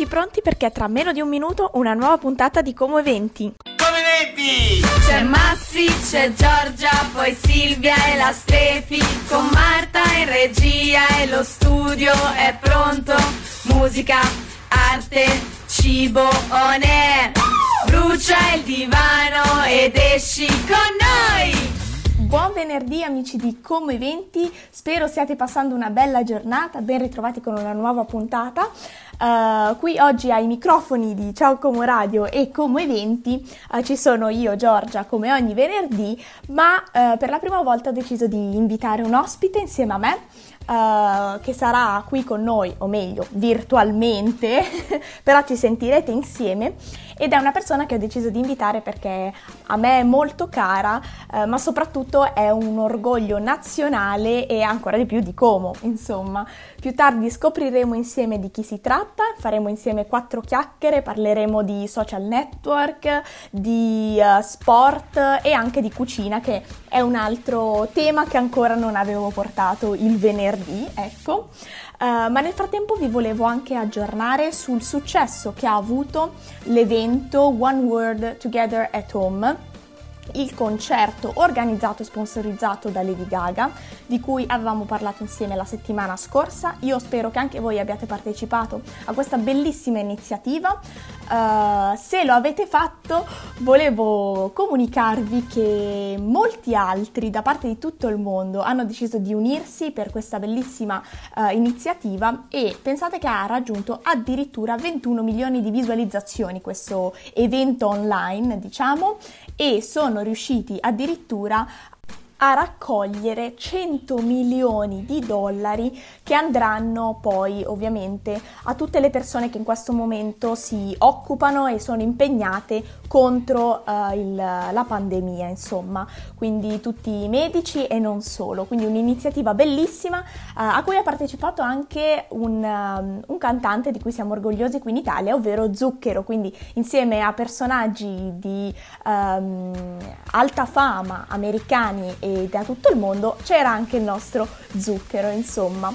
tutti pronti perché tra meno di un minuto una nuova puntata di Como Eventi. Come Eventi! C'è Massi, c'è Giorgia, poi Silvia e la Stefi, con Marta in regia e lo studio è pronto. Musica, arte, cibo, on air. Brucia il divano ed esci con noi! Buon venerdì amici di Como Eventi, spero stiate passando una bella giornata, ben ritrovati con una nuova puntata. Qui oggi ai microfoni di Ciao Como Radio e Como Eventi ci sono io, Giorgia, come ogni venerdì, ma per la prima volta ho deciso di invitare un ospite insieme a me, che sarà qui con noi, o meglio virtualmente, però ci sentirete insieme, ed è una persona che ho deciso di invitare perché a me è molto cara, ma soprattutto è un orgoglio nazionale e ancora di più di Como, insomma. Più tardi scopriremo insieme di chi si tratta, faremo insieme 4 chiacchiere, parleremo di social network, di sport e anche di cucina, che è un altro tema che ancora non avevo portato il venerdì, ecco. Ma nel frattempo vi volevo anche aggiornare sul successo che ha avuto l'evento One World Together at Home, il concerto organizzato e sponsorizzato da Lady Gaga, di cui avevamo parlato insieme la settimana scorsa. Io spero che anche voi abbiate partecipato a questa bellissima iniziativa. Se lo avete fatto, volevo comunicarvi che molti altri da parte di tutto il mondo hanno deciso di unirsi per questa bellissima iniziativa, e pensate che ha raggiunto addirittura 21 milioni di visualizzazioni questo evento online, diciamo, e sono riusciti addirittura a raccogliere 100 milioni di dollari che andranno poi ovviamente a tutte le persone che in questo momento si occupano e sono impegnate contro la pandemia, insomma, quindi tutti i medici e non solo. Quindi un'iniziativa bellissima a cui ha partecipato anche un cantante di cui siamo orgogliosi qui in Italia, ovvero Zucchero, quindi insieme a personaggi di alta fama americani e da tutto il mondo c'era anche il nostro Zucchero, insomma.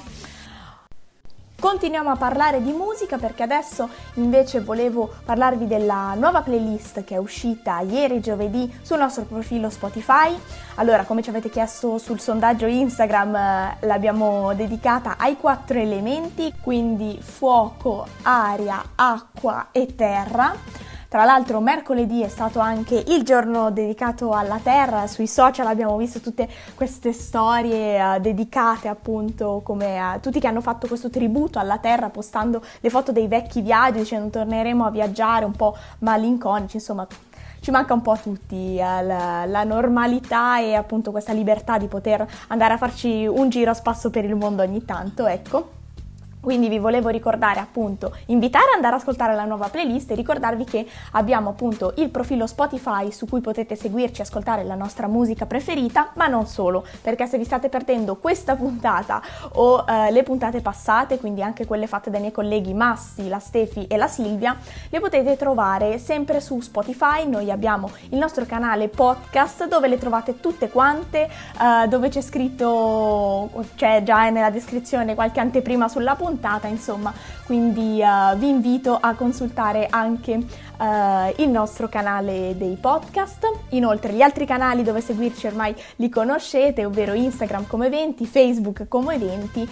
Continuiamo a parlare di musica perché adesso invece volevo parlarvi della nuova playlist che è uscita ieri giovedì sul nostro profilo Spotify. Allora, come ci avete chiesto sul sondaggio Instagram, l'abbiamo dedicata ai 4 elementi, quindi fuoco, aria, acqua e terra. Tra l'altro mercoledì è stato anche il giorno dedicato alla terra, sui social abbiamo visto tutte queste storie dedicate appunto come a tutti che hanno fatto questo tributo alla terra, postando le foto dei vecchi viaggi, dicendo torneremo a viaggiare un po' malinconici, insomma ci manca un po' a tutti la normalità e appunto questa libertà di poter andare a farci un giro a spasso per il mondo ogni tanto, ecco. Quindi vi volevo ricordare appunto, invitare ad andare ad ascoltare la nuova playlist e ricordarvi che abbiamo appunto il profilo Spotify su cui potete seguirci e ascoltare la nostra musica preferita, ma non solo, perché se vi state perdendo questa puntata o le puntate passate, quindi anche quelle fatte dai miei colleghi Massi, la Stefi e la Silvia, le potete trovare sempre su Spotify. Noi abbiamo il nostro canale podcast dove le trovate tutte quante, dove c'è scritto, c'è già nella descrizione qualche anteprima sulla puntata, insomma, quindi vi invito a consultare anche il nostro canale dei podcast. Inoltre gli altri canali dove seguirci ormai li conoscete, ovvero Instagram Como Eventi, Facebook Como Eventi.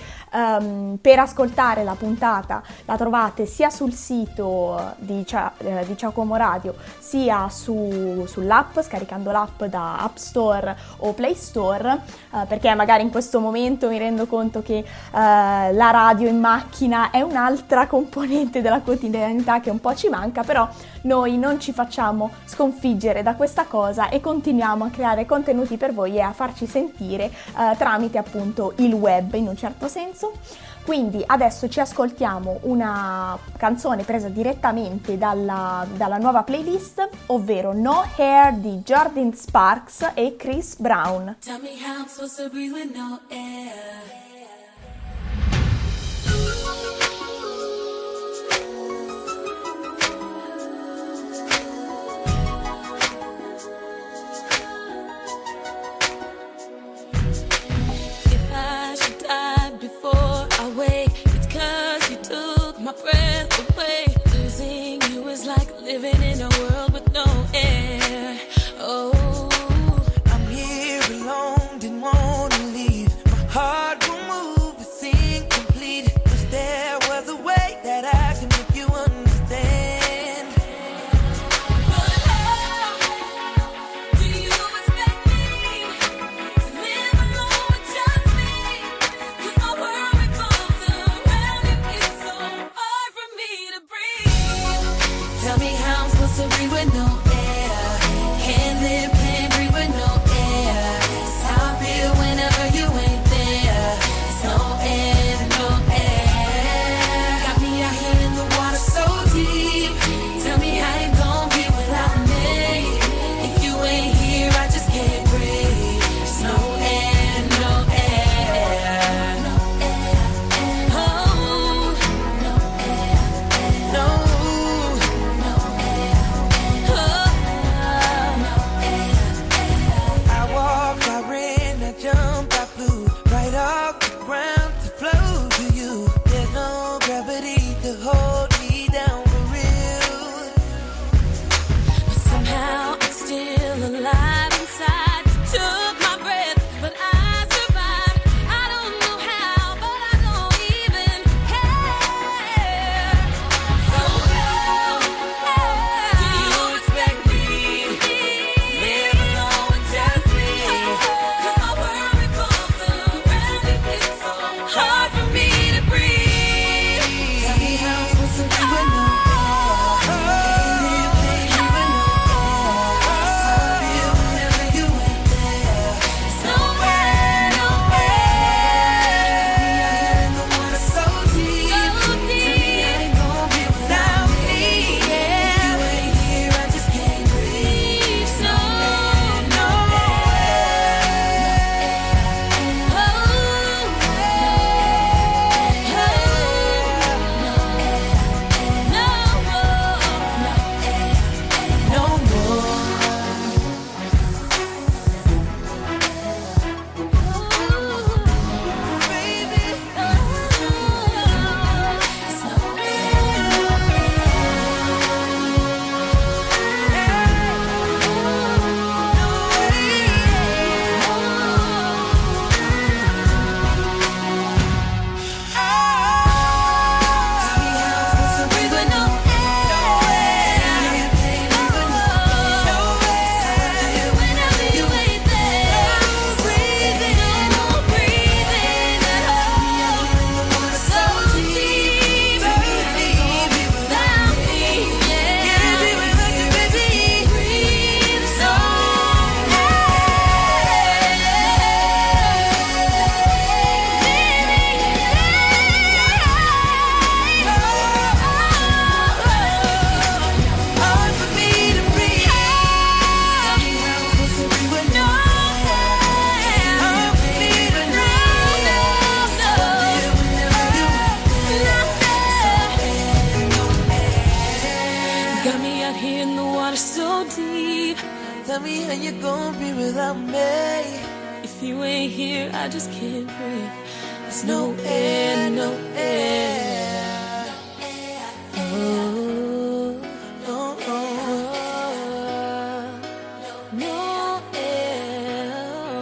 Per ascoltare la puntata la trovate sia sul sito di Ciao Como Radio, sia sull'app, scaricando l'app da App Store o Play Store, perché magari in questo momento mi rendo conto che la radio in macchina è un'altra componente della quotidianità che un po' ci manca, però noi non ci facciamo sconfiggere da questa cosa e continuiamo a creare contenuti per voi e a farci sentire tramite appunto il web in un certo senso. Quindi adesso ci ascoltiamo una canzone presa direttamente dalla nuova playlist, ovvero No Hair di Jordin Sparks e Chris Brown. Tell me how I'm supposed to breathe with no air. Before I wake, it's 'cause you took my breath away. supposed to breathe with no air. Can't live, can't breathe with no air. It's how I feel whenever you ain't there. It's no air, no air. Got me out here in the water so deep. Tell me how you gon' be without me. If you ain't here, I just can't breathe. It's no air, no air. No air, oh, no air, no, no air, oh, no air. I walked, I ran, I jumped, I flew right off the ground to flow to you. There's no gravity to hold me down for real. But somehow I'm still alive inside. You took my breath, but I survived. I don't know how, but I don't even care. So do you expect me to live alone with just me? 'Cause my world revolves around you. It's so hard for me to breathe. Tell me how I'm supposed to be with no air. Can't live, can't breathe with no air. It's how I feel whenever you ain't there. It's nowhere, nowhere. Me out here in the water so deep. So Tell me deep. how you gon' be without me. If you ain't here, I just can't breathe. No, no, No more. Baby. Hard for me to breathe. Tell me how I'm supposed to breathe with no air. Hard for me to breathe. So feel whenever you ain't there. got me out here in the water so deep. Tell me how you gon' be without me. If you ain't here, I just can't breathe. There's No air, no air. Oh, No, no air.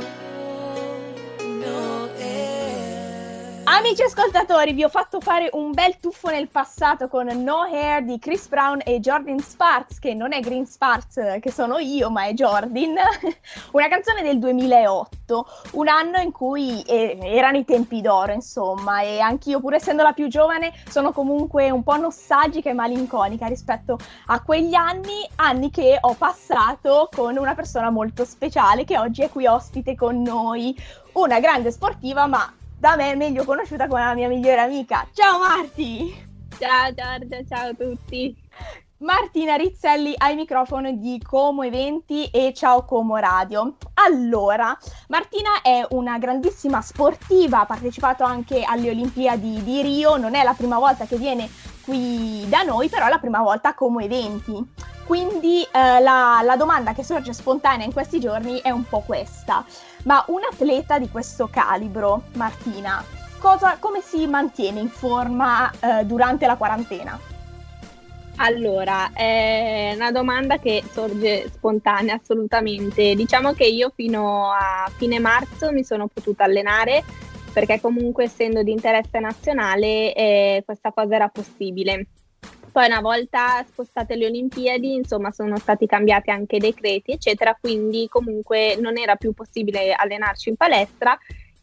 no air. Amici ascoltatori, vi ho fatto fare un bel tuffo nel passato con No Hair di Chris Brown e Jordan Sparks, che non è Green Sparks, che sono io, ma è Jordan. Una canzone del 2008, un anno in cui erano i tempi d'oro, insomma, e anch'io, pur essendo la più giovane, sono comunque un po' nostalgica e malinconica rispetto a quegli anni che ho passato con una persona molto speciale che oggi è qui ospite con noi, una grande sportiva, ma da me meglio conosciuta come la mia migliore amica. Ciao Marti! Ciao Giorgia, ciao a tutti. Martina Rizzelli ai microfoni di Como Eventi e Ciao Como Radio. Allora, Martina è una grandissima sportiva, ha partecipato anche alle Olimpiadi di Rio, non è la prima volta che viene qui da noi, però è la prima volta a Como Eventi. Quindi la domanda che sorge spontanea in questi giorni è un po' questa. Ma un atleta di questo calibro, Martina, come si mantiene in forma durante la quarantena? Allora, è una domanda che sorge spontanea assolutamente. Diciamo che io fino a fine marzo mi sono potuta allenare perché comunque essendo di interesse nazionale questa cosa era possibile. Poi una volta spostate le Olimpiadi, insomma, sono stati cambiati anche i decreti, eccetera, quindi comunque non era più possibile allenarci in palestra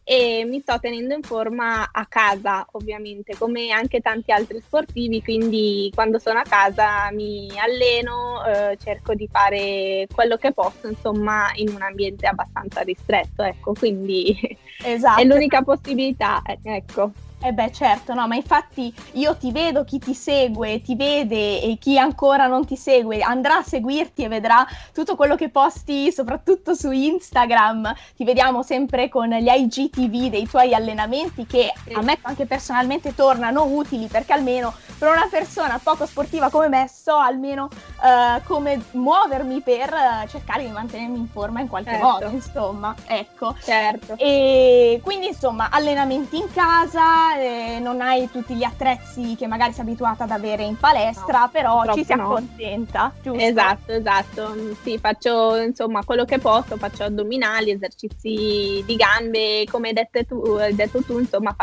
e mi sto tenendo in forma a casa, ovviamente, come anche tanti altri sportivi, quindi quando sono a casa mi alleno, cerco di fare quello che posso, insomma, in un ambiente abbastanza ristretto, ecco, quindi Esatto. è l'unica possibilità, ecco. Eh beh, certo, no, ma infatti io ti vedo, chi ti segue, ti vede, e chi ancora non ti segue andrà a seguirti e vedrà tutto quello che posti, soprattutto su Instagram. Ti vediamo sempre con gli IGTV dei tuoi allenamenti, che Sì. a me anche personalmente tornano utili, perché almeno per una persona poco sportiva come me so almeno come muovermi per cercare di mantenermi in forma in qualche Certo. modo, insomma, ecco. Certo. E quindi insomma allenamenti in casa, non hai tutti gli attrezzi che magari sei abituata ad avere in palestra, No, però ci si purtroppo no. accontenta, giusto? Esatto. Sì, faccio insomma quello che posso, faccio addominali, esercizi di gambe, come hai detto tu, insomma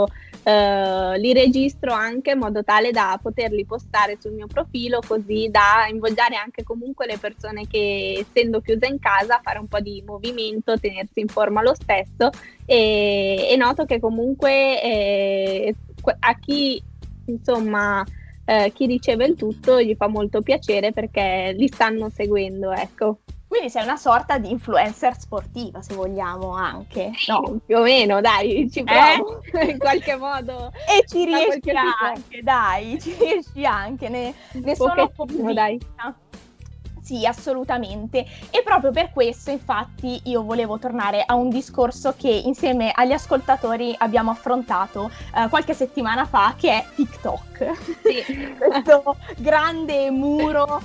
li registro anche in modo tale da poterli postare sul mio profilo, così da invogliare anche comunque le persone che, essendo chiuse in casa, fare un po' di movimento, tenersi in forma lo stesso, e noto che comunque a chi insomma chi riceve il tutto gli fa molto piacere, perché li stanno seguendo, ecco. Quindi sei una sorta di influencer sportiva, se vogliamo, anche, no? Più o meno, dai, ci provo in qualche modo. E ci Da quel riesci che si può. anche, dai, ci riesci anche, ne sono Pochettino, dai. convinta. Sì, assolutamente. E proprio per questo, infatti, io volevo tornare a un discorso che insieme agli ascoltatori abbiamo affrontato qualche settimana fa, che è TikTok. Sì. Questo grande muro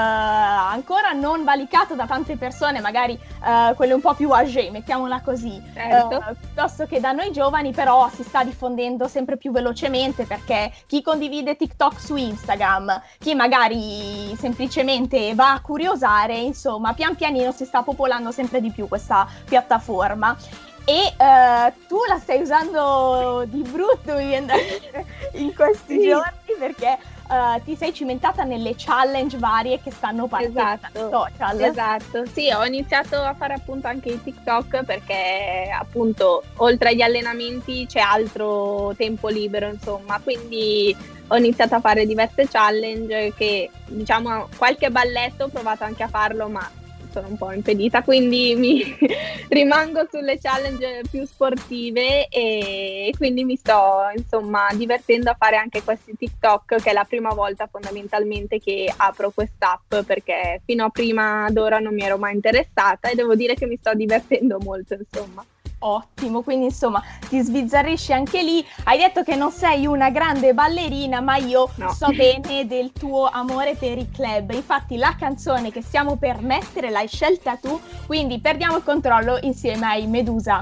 ancora non valicato da tante persone, magari quelle un po' più âgé, mettiamola così, Certo. piuttosto che da noi giovani, però si sta diffondendo sempre più velocemente, perché chi condivide TikTok su Instagram, chi magari semplicemente va a curiosare, insomma, pian pianino si sta popolando sempre di più questa piattaforma. E tu la stai usando di brutto, mi viene da dire, in questi Sì. giorni, perché ti sei cimentata nelle challenge varie che stanno partendo Esatto. dai social. Esatto, sì, ho iniziato a fare appunto anche i TikTok, perché appunto oltre agli allenamenti c'è altro tempo libero, insomma, quindi ho iniziato a fare diverse challenge che, diciamo, qualche balletto ho provato anche a farlo, ma sono un po' impedita, quindi mi rimango sulle challenge più sportive, e quindi mi sto insomma divertendo a fare anche questi TikTok, che è la prima volta fondamentalmente che apro quest'app, perché fino a prima d'ora non mi ero mai interessata, e devo dire che mi sto divertendo molto, insomma. Ottimo, quindi insomma ti sbizzarrisci anche lì. Hai detto che non sei una grande ballerina, ma io No. so bene del tuo amore per i club. Infatti la canzone che stiamo per mettere l'hai scelta tu, quindi perdiamo il controllo insieme ai Medusa.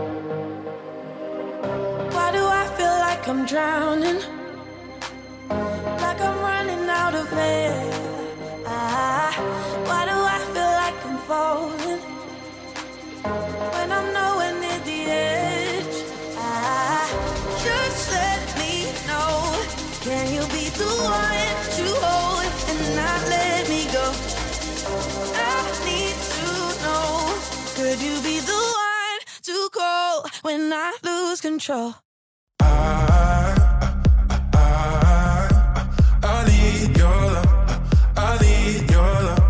Why do I feel like I'm drowning? Like I'm running out of air. Why do I feel like I'm falling? When I'm nowhere near the edge. Just let me know. Can you be the one to hold and not let me go? I need to know. Could you be the one to call when I lose control? I need your love. I need your love.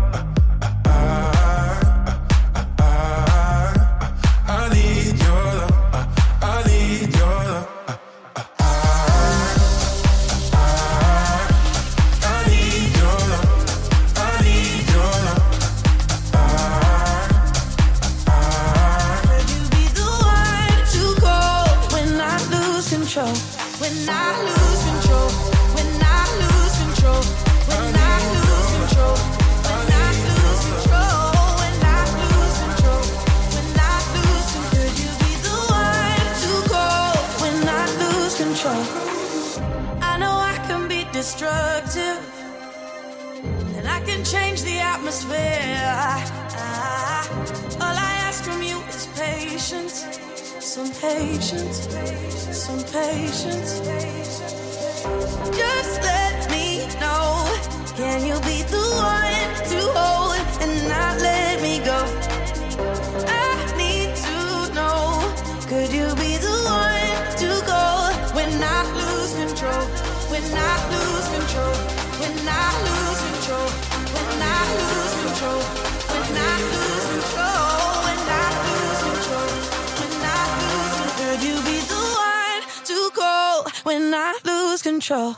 I need your love. I need your love. I need your love. I need your love. Could you be the one to call when I lose control? When I lose control. When I lose control. When I lose control. When I lose control. When I lose control. When I lose control. Could you be the one to call when I lose control? I know I can be destructive, and I can change the atmosphere. All I ask from you is patience, some patience, some patience. Just let me know. Can you be the one to hold and not let me go? I need to know. Could you control.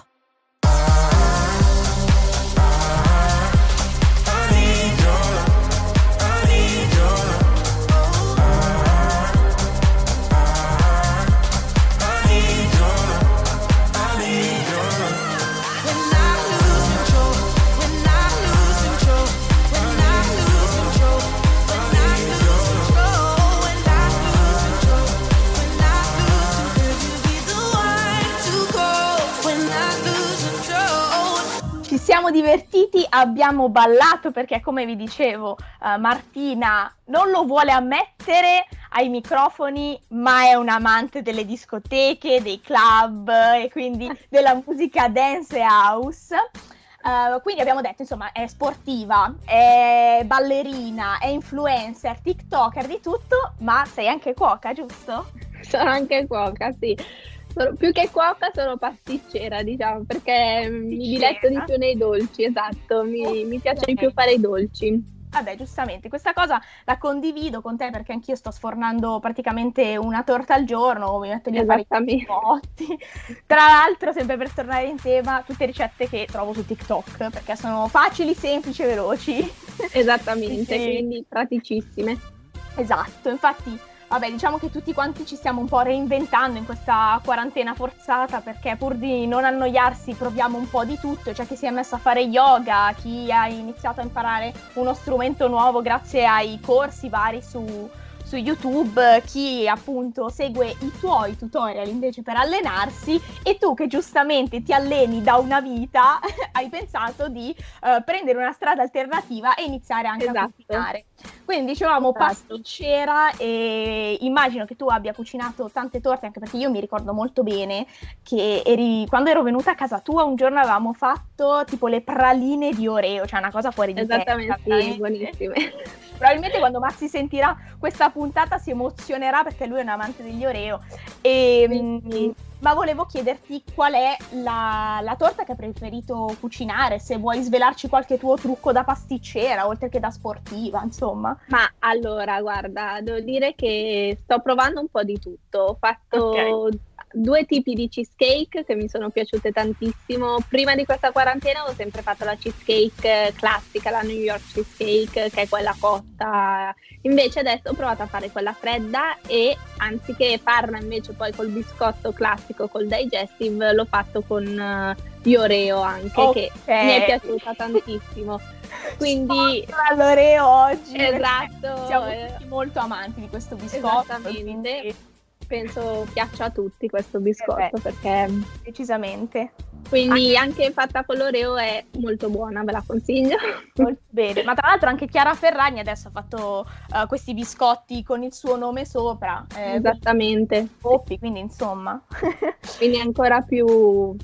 Ci siamo divertiti, abbiamo ballato perché, come vi dicevo, Martina non lo vuole ammettere ai microfoni, ma è un amante delle discoteche, dei club e quindi della musica dance e house. Quindi abbiamo detto, insomma, è sportiva, è ballerina, è influencer, TikToker, di tutto, ma sei anche cuoca, giusto? Sono anche cuoca, sì. Più che cuoca sono pasticcera, diciamo, perché mi diletto di più nei dolci, esatto, mi piace di più fare i dolci. Vabbè, giustamente, questa cosa la condivido con te perché anch'io sto sfornando praticamente una torta al giorno, mi metto lì a fare i Esattamente. biscotti. Tra l'altro, sempre per tornare in tema, tutte ricette che trovo su TikTok, perché sono facili, semplici e veloci. Esattamente, Sì. quindi praticissime. Esatto, infatti, vabbè, diciamo che tutti quanti ci stiamo un po' reinventando in questa quarantena forzata perché pur di non annoiarsi proviamo un po' di tutto. C'è chi si è messo a fare yoga, chi ha iniziato a imparare uno strumento nuovo grazie ai corsi vari su YouTube, chi appunto segue i tuoi tutorial invece per allenarsi, e tu che giustamente ti alleni da una vita hai pensato di prendere una strada alternativa e iniziare anche a Esatto. cucinare. Quindi dicevamo Esatto. pasticcera, e immagino che tu abbia cucinato tante torte, anche perché io mi ricordo molto bene che quando ero venuta a casa tua un giorno avevamo fatto tipo le praline di Oreo, cioè una cosa fuori di testa, Esattamente, sì, veramente. buonissime. Probabilmente quando Massi sentirà questa puntata si emozionerà perché lui è un amante degli Oreo. Ma volevo chiederti qual è la torta che hai preferito cucinare, se vuoi svelarci qualche tuo trucco da pasticcera oltre che da sportiva, insomma. Ma allora, guarda, devo dire che sto provando un po' di tutto. Ho fatto 2 tipi di cheesecake che mi sono piaciute tantissimo. Prima di questa quarantena avevo sempre fatto la cheesecake classica, la New York cheesecake, che è quella cotta. Invece adesso ho provato a fare quella fredda e anziché farla invece poi col biscotto classico, col digestive, l'ho fatto con gli Oreo anche, che mi è piaciuta tantissimo. Quindi all'Oreo oggi, esatto, perché siamo tutti molto amanti di questo biscotto. esattamente. Quindi Penso piaccia a tutti questo biscotto, perché decisamente. quindi anche fatta con l'Oreo è molto buona, ve la consiglio. Molto bene, ma tra l'altro anche Chiara Ferragni adesso ha fatto questi biscotti con il suo nome sopra, Esattamente, Poppi, quindi insomma. quindi ancora più.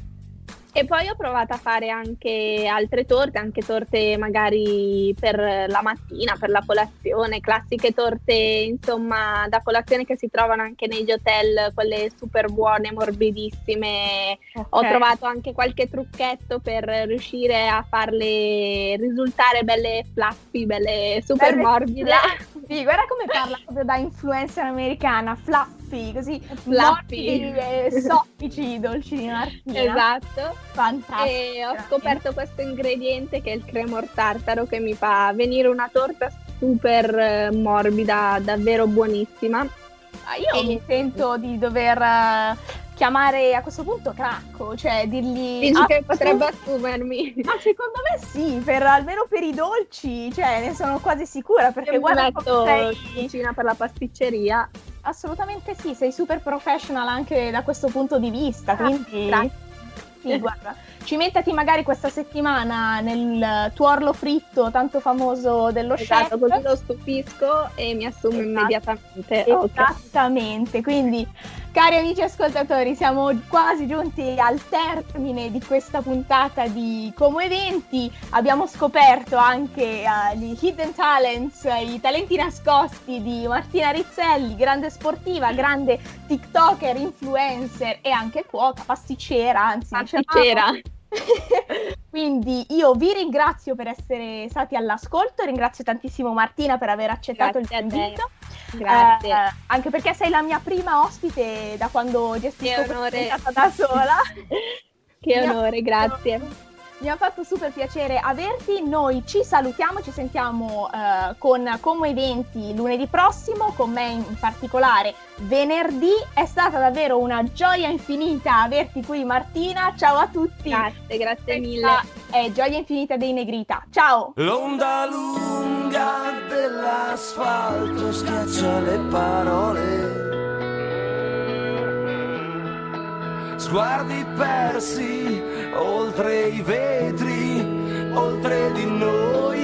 E poi ho provato a fare anche altre torte, anche torte magari per la mattina, per la colazione, classiche torte insomma da colazione che si trovano anche negli hotel, quelle super buone, morbidissime. Ho trovato anche qualche trucchetto per riuscire a farle risultare belle fluffy, belle super Belle morbide. Sì, guarda come parla proprio da influencer americana, fluffy, così Fluffy. morbidi e soffici i dolci di Martina. Esatto. Fantastico. E ho scoperto questo ingrediente che è il cremor tartaro, che mi fa venire una torta super morbida, davvero buonissima. Io mi sento di dover chiamare a questo punto Cracco, cioè dirgli Dici che potrebbe assumermi? Ma secondo me sì, almeno per i dolci, cioè ne sono quasi sicura, perché Io mi guarda metto come in sei. cucina per la pasticceria. Assolutamente sì, sei super professional anche da questo punto di vista, quindi grazie. sì, guarda, cimentati magari questa settimana nel tuorlo fritto tanto famoso dello Esatto, chef. così lo stupisco e mi assumo Esatto. immediatamente. Esattamente, quindi cari amici ascoltatori, siamo quasi giunti al termine di questa puntata di Como Eventi. Abbiamo scoperto anche gli hidden talents, i talenti nascosti di Martina Rizzelli, grande sportiva, grande TikToker, influencer e anche cuoca, pasticcera, anzi Pasticcera. Quindi io vi ringrazio per essere stati all'ascolto, ringrazio tantissimo Martina per aver accettato Grazie a il te. invito. Grazie. Anche perché sei la mia prima ospite da quando gestisco Che questa onore. puntata da sola. Che onore, grazie. Mi ha fatto super piacere averti, noi ci salutiamo, ci sentiamo con Como Eventi lunedì prossimo, con me in particolare venerdì. È stata davvero una gioia infinita averti qui Martina, ciao a tutti. Grazie mille. Questa è Gioia Infinita dei Negrita, ciao! L'onda lunga dell'asfalto schiaccia le parole. Sguardi persi oltre i vetri, oltre di noi.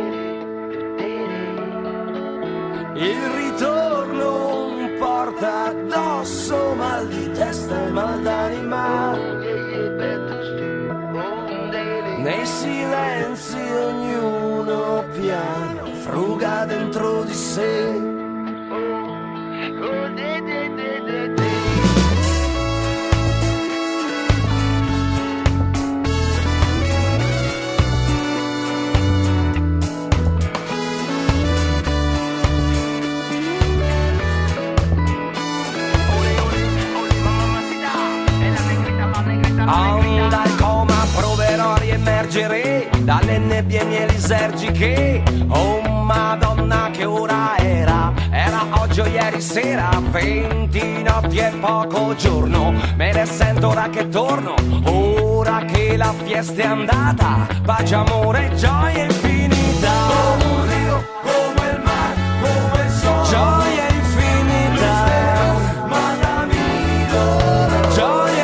Il ritorno porta addosso mal di testa e mal d'anima. Nei silenzi ognuno piano fruga dentro di sé. Dal coma proverò a riemergere dalle nebbie mielisergiche. Oh Madonna, che ora era? Era oggi o ieri sera? 20 notti e poco giorno. Me ne sento ora che torno. Ora che la fiesta è andata, pace, amore, gioia infinita. Come un rio, come il mare, come il sole. Gioia infinita. Ma dammi l'ora. Gioia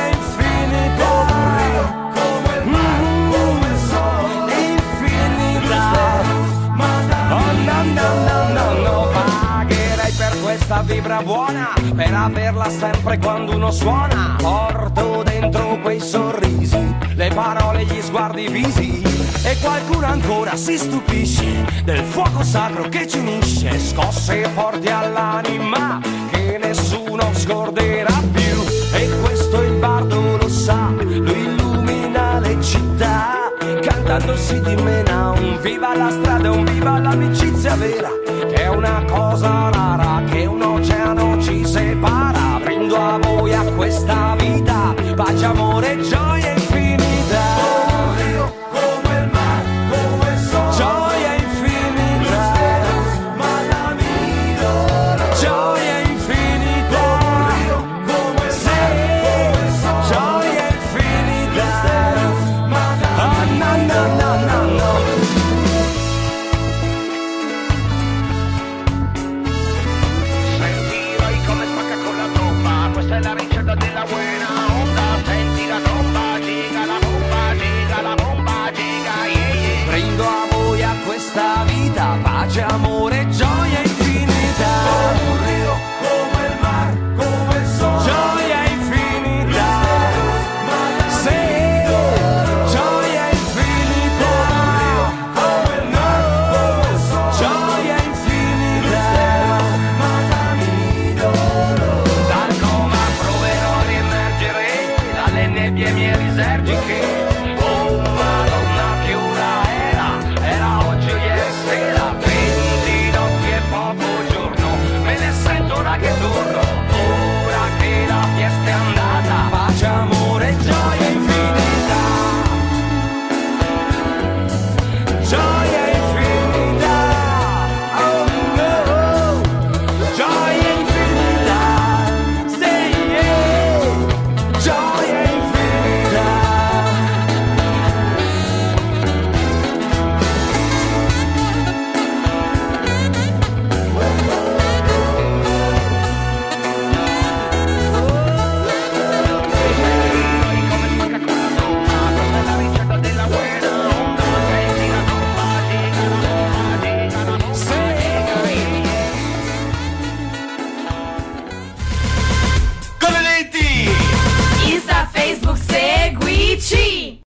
questa vibra buona per averla sempre quando uno suona. Porto dentro quei sorrisi, le parole, gli sguardi, i visi. E qualcuno ancora si stupisce del fuoco sacro che ci unisce. Scosse forti all'anima che nessuno scorderà più. E questo il bardo lo sa, lui illumina le città, cantando si dimena un viva la strada, un viva l'amicizia vera, che è una cosa rara, che un oceano ci separa. Brindo a voi, a questa vita, pace, amore e gioia.